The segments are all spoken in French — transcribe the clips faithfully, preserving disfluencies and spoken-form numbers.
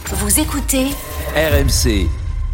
Vous écoutez R M C.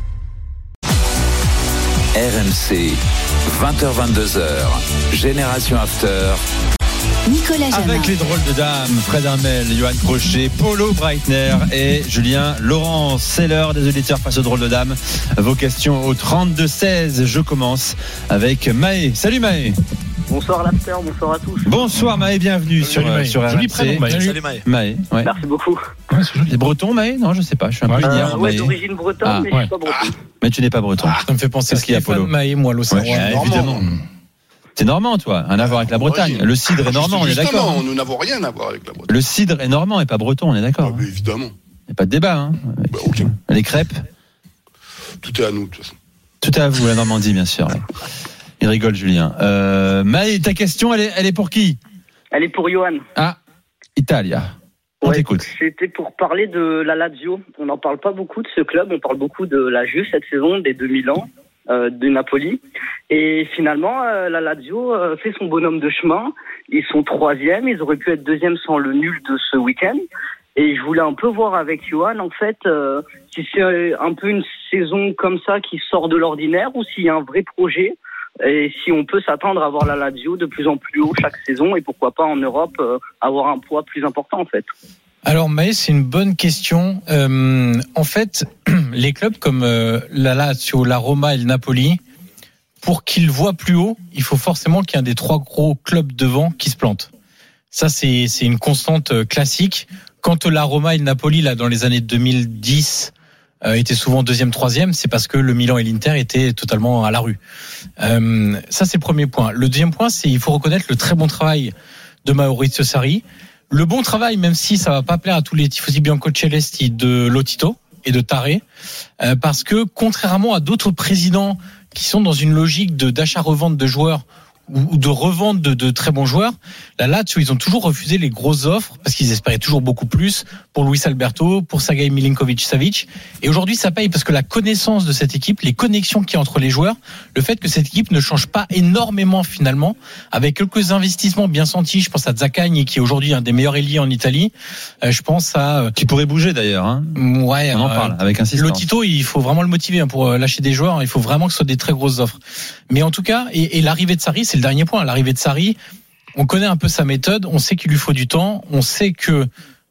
R M C, vingt heures vingt-deux heures, Génération After. Nicolas Jamin. Avec les drôles de dames, Fred Hermel, Johan Crochet, Polo Breitner et Julien Laurence. C'est l'heure des auditeurs face aux drôles de dames. Vos questions au trente-deux seize. Je commence avec Maë. Salut Maë. Bonsoir l'after, bonsoir à tous. Bonsoir Maë, bienvenue sur, Maë. sur Joli R M C. prénom, Maë. Salut Maë. Maë, ouais. Merci beaucoup. Ouais, c'est joli. T'es breton Maë? Non, je sais pas, je suis un peu Ouais. ignare, Euh, ouais, Maë. d'origine bretonne, Ah, mais ouais. je suis pas breton. Mais tu n'es pas breton. Ça me fait penser à Qu'est-ce qu'il y a, Stéphane Polo? Maé, moi, l'océan. Ouais, évidemment. T'es normand, toi, rien à voir avec la Bretagne. Le cidre est normand, on est Justement, d'accord. nous n'avons rien à voir avec la Bretagne. Le cidre est normand et pas breton, on est d'accord. Ah, mais évidemment. Il n'y a pas de débat, hein. Bah, ok. Les crêpes, Tout est à nous, de toute façon. tout est à vous, la Normandie, bien sûr. Il rigole, Julien. Euh, Maë, ta question, elle est, elle est pour qui? Elle est pour Johan. Ah, Italia. On Ouais, t'écoute. C'était pour parler de la Lazio. On n'en parle pas beaucoup de ce club. On parle beaucoup de la Juve cette saison, des deux Milan, euh, de Napoli. Et finalement, euh, la Lazio euh, fait son bonhomme de chemin. Ils sont troisième. Ils auraient pu être deuxième sans le nul de ce week-end. Et je voulais un peu voir avec Johan, en fait, euh, si c'est un peu une saison comme ça qui sort de l'ordinaire ou s'il y a un vrai projet. Et si on peut s'attendre à voir la Lazio de plus en plus haut chaque saison et pourquoi pas en Europe euh, avoir un poids plus important en fait. Alors Maë, c'est une bonne question. Euh, en fait, les clubs comme euh, la Lazio, la Roma et le Napoli, pour qu'ils voient plus haut, il faut forcément qu'il y ait un des trois gros clubs devant qui se plante. Ça, c'est, c'est une constante euh, classique. Quand la Roma et le Napoli, là, dans les années deux mille dix, euh, étaient souvent deuxième, troisième, c'est parce que le Milan et l'Inter étaient totalement à la rue. Euh, ça, c'est le premier point. Le deuxième point, c'est il faut reconnaître le très bon travail de Maurizio Sarri. Le bon travail, même si ça va pas plaire à tous les tifosi biancocelesti, de Lotito et de Taré, euh, parce que contrairement à d'autres présidents qui sont dans une logique de d'achat-revente de joueurs ou de revente de, de très bons joueurs, la Lazio, ils ont toujours refusé les grosses offres parce qu'ils espéraient toujours beaucoup plus pour Luis Alberto, pour Sergej Milinkovic-Savic. Et aujourd'hui, ça paye parce que la connaissance de cette équipe, les connexions qu'il y a entre les joueurs, le fait que cette équipe ne change pas énormément finalement, avec quelques investissements bien sentis. Je pense à Zaccagni qui est aujourd'hui un des meilleurs ailiers en Italie. Euh, je pense à Qui pourrait bouger d'ailleurs, hein. ouais, On en euh, parle avec insistance. Lotito, il faut vraiment le motiver hein, pour lâcher des joueurs. Il faut vraiment que ce soit des très grosses offres. Mais en tout cas, et, et l'arrivée de Sarri, c'est le dernier point. L'arrivée de Sarri, on connaît un peu sa méthode, on sait qu'il lui faut du temps, on sait que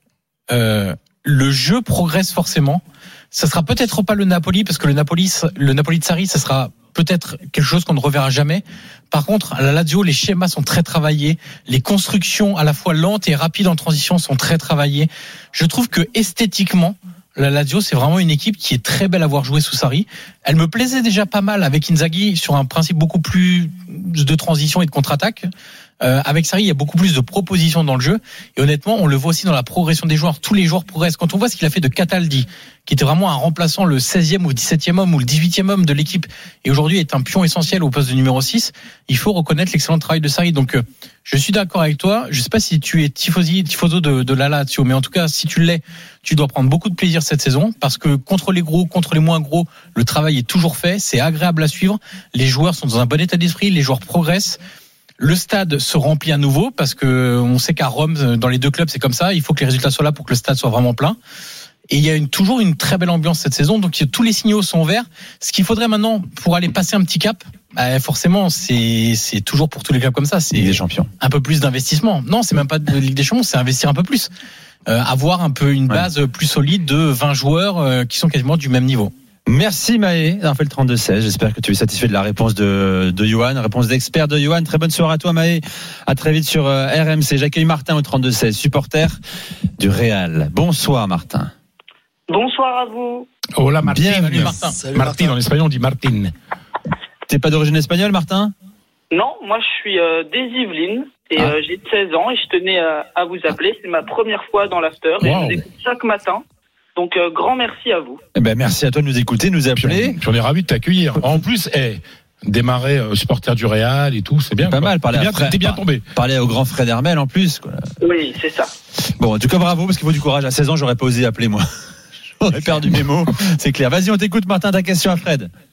euh, le jeu progresse forcément. Ça sera peut-être pas le Napoli, parce que le Napoli, le Napoli de Sarri, ça sera peut-être quelque chose qu'on ne reverra jamais. Par contre, à la Lazio, les schémas sont très travaillés, les constructions à la fois lentes et rapides en transition sont très travaillées. Je trouve que esthétiquement, la Lazio, c'est vraiment une équipe qui est très belle à voir jouer sous Sarri. Elle me plaisait déjà pas mal avec Inzaghi sur un principe beaucoup plus de transition et de contre-attaque. Euh, avec Sarri, il y a beaucoup plus de propositions dans le jeu. Et honnêtement, on le voit aussi dans la progression des joueurs. Tous les joueurs progressent. Quand on voit ce qu'il a fait de Cataldi, qui était vraiment un remplaçant, le seizième ou dix-septième homme ou le dix-huitième homme de l'équipe, et aujourd'hui est un pion essentiel au poste de numéro six, il faut reconnaître l'excellent travail de Sarri. Donc, euh, je suis d'accord avec toi. Je sais pas si tu es tifosi, tifoso de, de la Lazio, mais en tout cas, si tu l'es, tu dois prendre beaucoup de plaisir cette saison, parce que contre les gros, contre les moins gros, le travail est toujours fait. C'est agréable à suivre. Les joueurs sont dans un bon état d'esprit. Les joueurs progressent. Le stade se remplit à nouveau parce que on sait qu'à Rome, dans les deux clubs, c'est comme ça. Il faut que les résultats soient là pour que le stade soit vraiment plein. Et il y a une, toujours une très belle ambiance cette saison. Donc tous les signaux sont verts. Ce qu'il faudrait maintenant pour aller passer un petit cap, bah forcément, c'est, c'est toujours pour tous les clubs comme ça. C'est Ligue des Champions. Un peu plus d'investissement. Non, c'est même pas de Ligue des Champions, c'est investir un peu plus. Euh, avoir un peu une base ouais. plus solide de vingt joueurs euh, qui sont quasiment du même niveau. Merci Maë d'avoir fait le trente-deux seize. J'espère que tu es satisfait de la réponse de, de Johan, réponse d'expert de Johan. Très bonne soirée à toi Maë. À très vite sur R M C. J'accueille Martin au trente-deux seize, supporter du Real. Bonsoir Martin. Bonsoir à vous. Hola Martin. Bienvenue Martin. Salut, Martin, Martin. en espagnol on dit Martin. T'es pas d'origine espagnole Martin? Non, moi je suis euh, des Yvelines et ah. euh, j'ai seize ans et je tenais à, à vous appeler. C'est ma première fois dans l'after et wow. je vous écoute chaque matin. Donc, euh, grand merci à vous. Eh ben, merci à toi de nous écouter, de nous appeler. Puis on est ravis de t'accueillir. En plus, hey, démarrer euh, supporter du Real et tout, c'est bien. C'est pas quoi. mal. Parler t'es, bien, Fred, t'es bien tombé. Parler au grand Fred Hermel en plus. Quoi. Oui, c'est ça. Bon, en tout cas, bravo, parce qu'il faut du courage. À seize ans, j'aurais pas osé appeler, moi. J'aurais perdu mes mots. C'est clair. Vas-y, on t'écoute, Martin, ta question à Fred.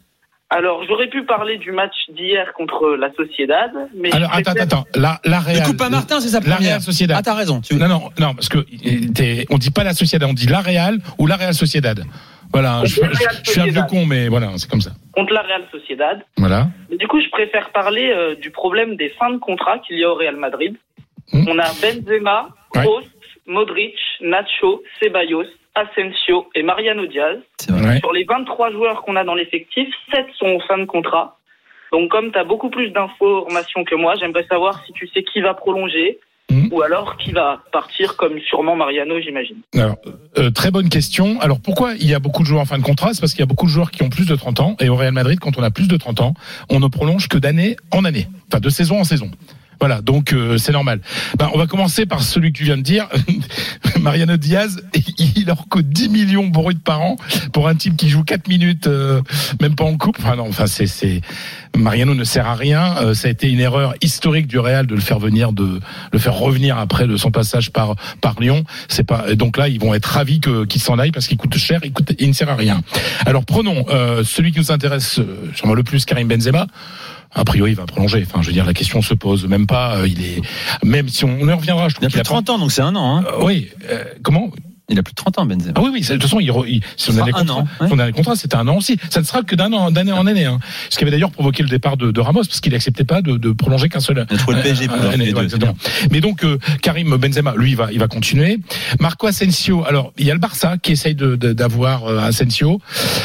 Alors, j'aurais pu parler du match d'hier contre la Sociedad, mais... Alors, attends, préfère... attends, la, la Real... Ne coupe pas Martin, c'est sa La première. Real Sociedad. Ah, t'as raison. Tu... Non, non, non, parce que t'es, on dit pas la Sociedad, on dit la Real ou la Real Sociedad. Voilà, je, je, je suis un vieux con, mais voilà, c'est comme ça. Contre la Real Sociedad. Voilà. Mais du coup, je préfère parler euh, du problème des fins de contrat qu'il y a au Real Madrid. Mmh. On a Benzema, Kroos, ouais. Modric, Nacho, Ceballos, Asensio et Mariano Diaz. Ouais. Sur les vingt-trois joueurs qu'on a dans l'effectif, sept sont en fin de contrat. Donc comme tu as beaucoup plus d'informations que moi, j'aimerais savoir si tu sais qui va prolonger mmh. ou alors qui va partir, comme sûrement Mariano, j'imagine. Alors, euh, très bonne question. Alors pourquoi il y a beaucoup de joueurs en fin de contrat ? C'est parce qu'il y a beaucoup de joueurs qui ont plus de trente ans. Et au Real Madrid, quand on a plus de trente ans, on ne prolonge que d'année en année. Enfin, de saison en saison. Voilà, donc euh, c'est normal. Ben, on va commencer par celui que tu viens de dire. Mariano Diaz, il leur coûte dix millions bruts par an pour un type qui joue quatre minutes, euh, même pas en coupe. Enfin non, enfin c'est c'est Mariano ne sert à rien. Euh, ça a été une erreur historique du Real de le faire venir, de le faire revenir après de son passage par par Lyon. C'est pas donc là ils vont être ravis que qu'il s'en aille parce qu'il coûte cher, il coûte, il ne sert à rien. Alors prenons euh, celui qui nous intéresse, euh, sûrement le plus, Karim Benzema. A priori, il va prolonger. Enfin, je veux dire, la question se pose même pas. Euh, il est, même si on, on y reviendra, je trouve il a plus de trente ans, donc c'est un an. Hein. Euh, oui. Euh, comment? Il a plus de trente ans, Benzema. Ah oui, oui. De toute façon, il, il son dernier contrat, ouais. son dernier contrat, c'était un an aussi. Ça ne sera que d'un an, d'année en année. Hein. Ce qui avait d'ailleurs provoqué le départ de, de Ramos, parce qu'il n'acceptait pas de, de prolonger qu'un seul. Il a trouvé le P S G pour année. Ouais, mais donc, euh, Karim Benzema, lui, il va, il va continuer. Marco Asensio. Alors, il y a le Barça qui essaye de, de, d'avoir euh, Asensio.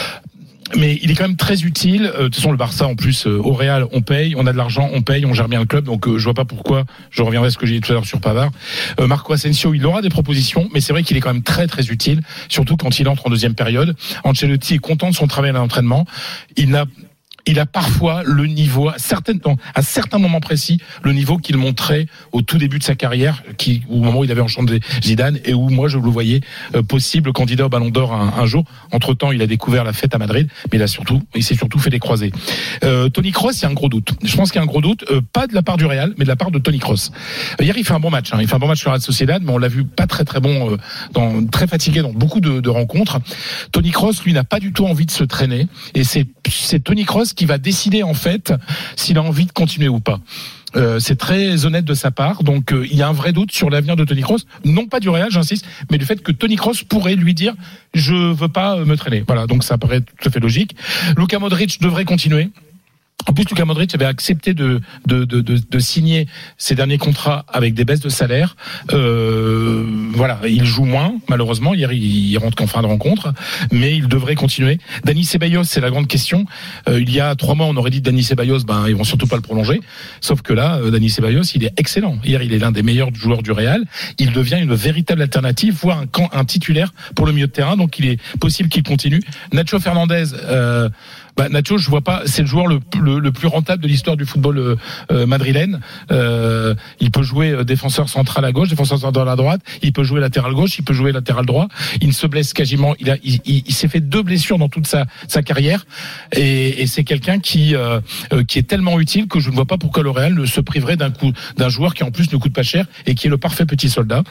Mais il est quand même très utile. Euh, de toute façon, le Barça, en plus, euh, au Real, on paye, on a de l'argent, on paye, on gère bien le club. Donc, euh, je vois pas pourquoi. Je reviendrai à ce que j'ai dit tout à l'heure sur Pavard. Euh, Marco Asensio, il aura des propositions, mais c'est vrai qu'il est quand même très, très utile, surtout quand il entre en deuxième période. Ancelotti est content de son travail à l'entraînement. Il n'a Il a parfois le niveau, à certains, à certains moments précis, le niveau qu'il montrait au tout début de sa carrière, qui, au moment où il avait enchanté Zidane, et où moi je le voyais euh, possible candidat au Ballon d'Or un, un jour. Entre temps, il a découvert la fête à Madrid, mais il a surtout, il s'est surtout fait des croisés. Euh, Toni Kroos, il y a un gros doute. Je pense qu'il y a un gros doute, euh, pas de la part du Real, mais de la part de Toni Kroos. Euh, hier, il fait un bon match. Hein, il fait un bon match sur la Sociedad, mais on l'a vu pas très très bon, euh, dans, très fatigué dans beaucoup de, de rencontres. Toni Kroos, lui, n'a pas du tout envie de se traîner, et c'est, c'est Toni Kroos qui va décider en fait s'il a envie de continuer ou pas. Euh, c'est très honnête de sa part, donc euh, il y a un vrai doute sur l'avenir de Toni Kroos, non pas du Real, j'insiste, mais du fait que Toni Kroos pourrait lui dire je veux pas me traîner. Voilà, donc ça paraît tout à fait logique. Luka Modric devrait continuer. En plus, Luka Modric avait accepté de, de, de, de, de signer ses derniers contrats avec des baisses de salaire. Euh, voilà, il joue moins, malheureusement. Hier, il, il rentre qu'en fin de rencontre, mais il devrait continuer. Dani Ceballos, c'est la grande question. Euh, il y a trois mois, on aurait dit de Dani Ceballos, ben, ils vont surtout pas le prolonger. Sauf que là, euh, Dani Ceballos, il est excellent. Hier, il est l'un des meilleurs joueurs du Real. Il devient une véritable alternative, voire un, camp, un titulaire pour le milieu de terrain. Donc, il est possible qu'il continue. Nacho Fernandez, euh, Bah, Nacho, je vois pas, c'est le joueur le, le, le plus rentable de l'histoire du football euh, euh, madrilène. Euh, il peut jouer euh, défenseur central à gauche, défenseur central à droite. Il peut jouer latéral gauche, il peut jouer latéral droit. Il ne se blesse quasiment. Il a, il, il, il s'est fait deux blessures dans toute sa, sa carrière. Et, et c'est quelqu'un qui, euh, euh, qui est tellement utile que je ne vois pas pourquoi le Real ne se priverait d'un coup, d'un joueur qui en plus ne coûte pas cher et qui est le parfait petit soldat.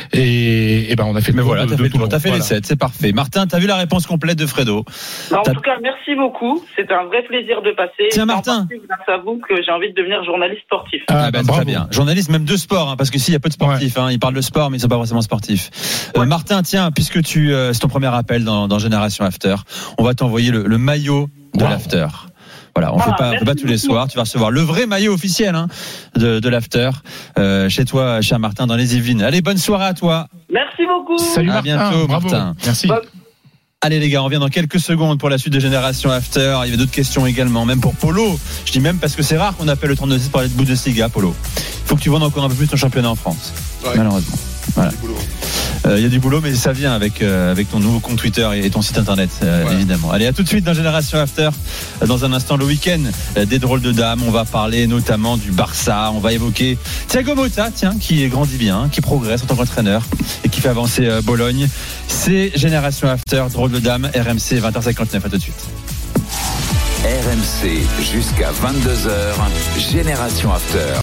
Et, et ben on a fait le Mais tour voilà, de, t'as de fait, tout le t'as fait voilà. les sept, c'est parfait. Martin, t'as vu la réponse complète de Fredo? Bah, en t'as... tout cas, merci beaucoup. C'était un vrai plaisir de passer. Tiens, Martin. C'est grâce à vous que j'ai envie de devenir journaliste sportif. Ah, ah bah, bah, très bien. Journaliste même de sport, hein, parce que si, il y a peu de sportifs. Ouais. Hein, ils parlent de sport, mais ils sont pas forcément sportifs. Ouais. Euh, Martin, tiens, puisque tu, euh, c'est ton premier appel dans, dans Génération After, on va t'envoyer le, le maillot de wow. l'After. Voilà, on ne ah, fait pas, pas tous les soirs. Tu vas recevoir le vrai maillot officiel hein, de, de l'After euh, chez toi, cher Martin, dans les Yvelines. Allez, bonne soirée à toi. Merci beaucoup. Salut à Martin. bientôt, Bravo. Martin. Merci. Bonne... Allez les gars, on revient dans quelques secondes pour la suite de Génération After. Il y avait d'autres questions également, même pour Polo. Je dis même parce que c'est rare qu'on appelle le trente-deux six pour parler de Bundesliga, Polo. Il faut que tu vendes encore un peu plus ton championnat en France, ouais. malheureusement. Voilà. Il euh, y a du boulot, mais ça vient avec euh, avec ton nouveau compte Twitter et, et ton site internet, euh, ouais. évidemment. Allez, à tout de suite dans Génération After. Dans un instant, le week-end euh, des drôles de dames. On va parler notamment du Barça. On va évoquer Thiago Motta, tiens, qui grandit bien, qui progresse en tant qu'entraîneur et qui fait avancer euh, Bologne. C'est Génération After, drôles de dames, R M C vingt heures cinquante-neuf. À tout de suite. R M C jusqu'à vingt-deux heures. Génération After.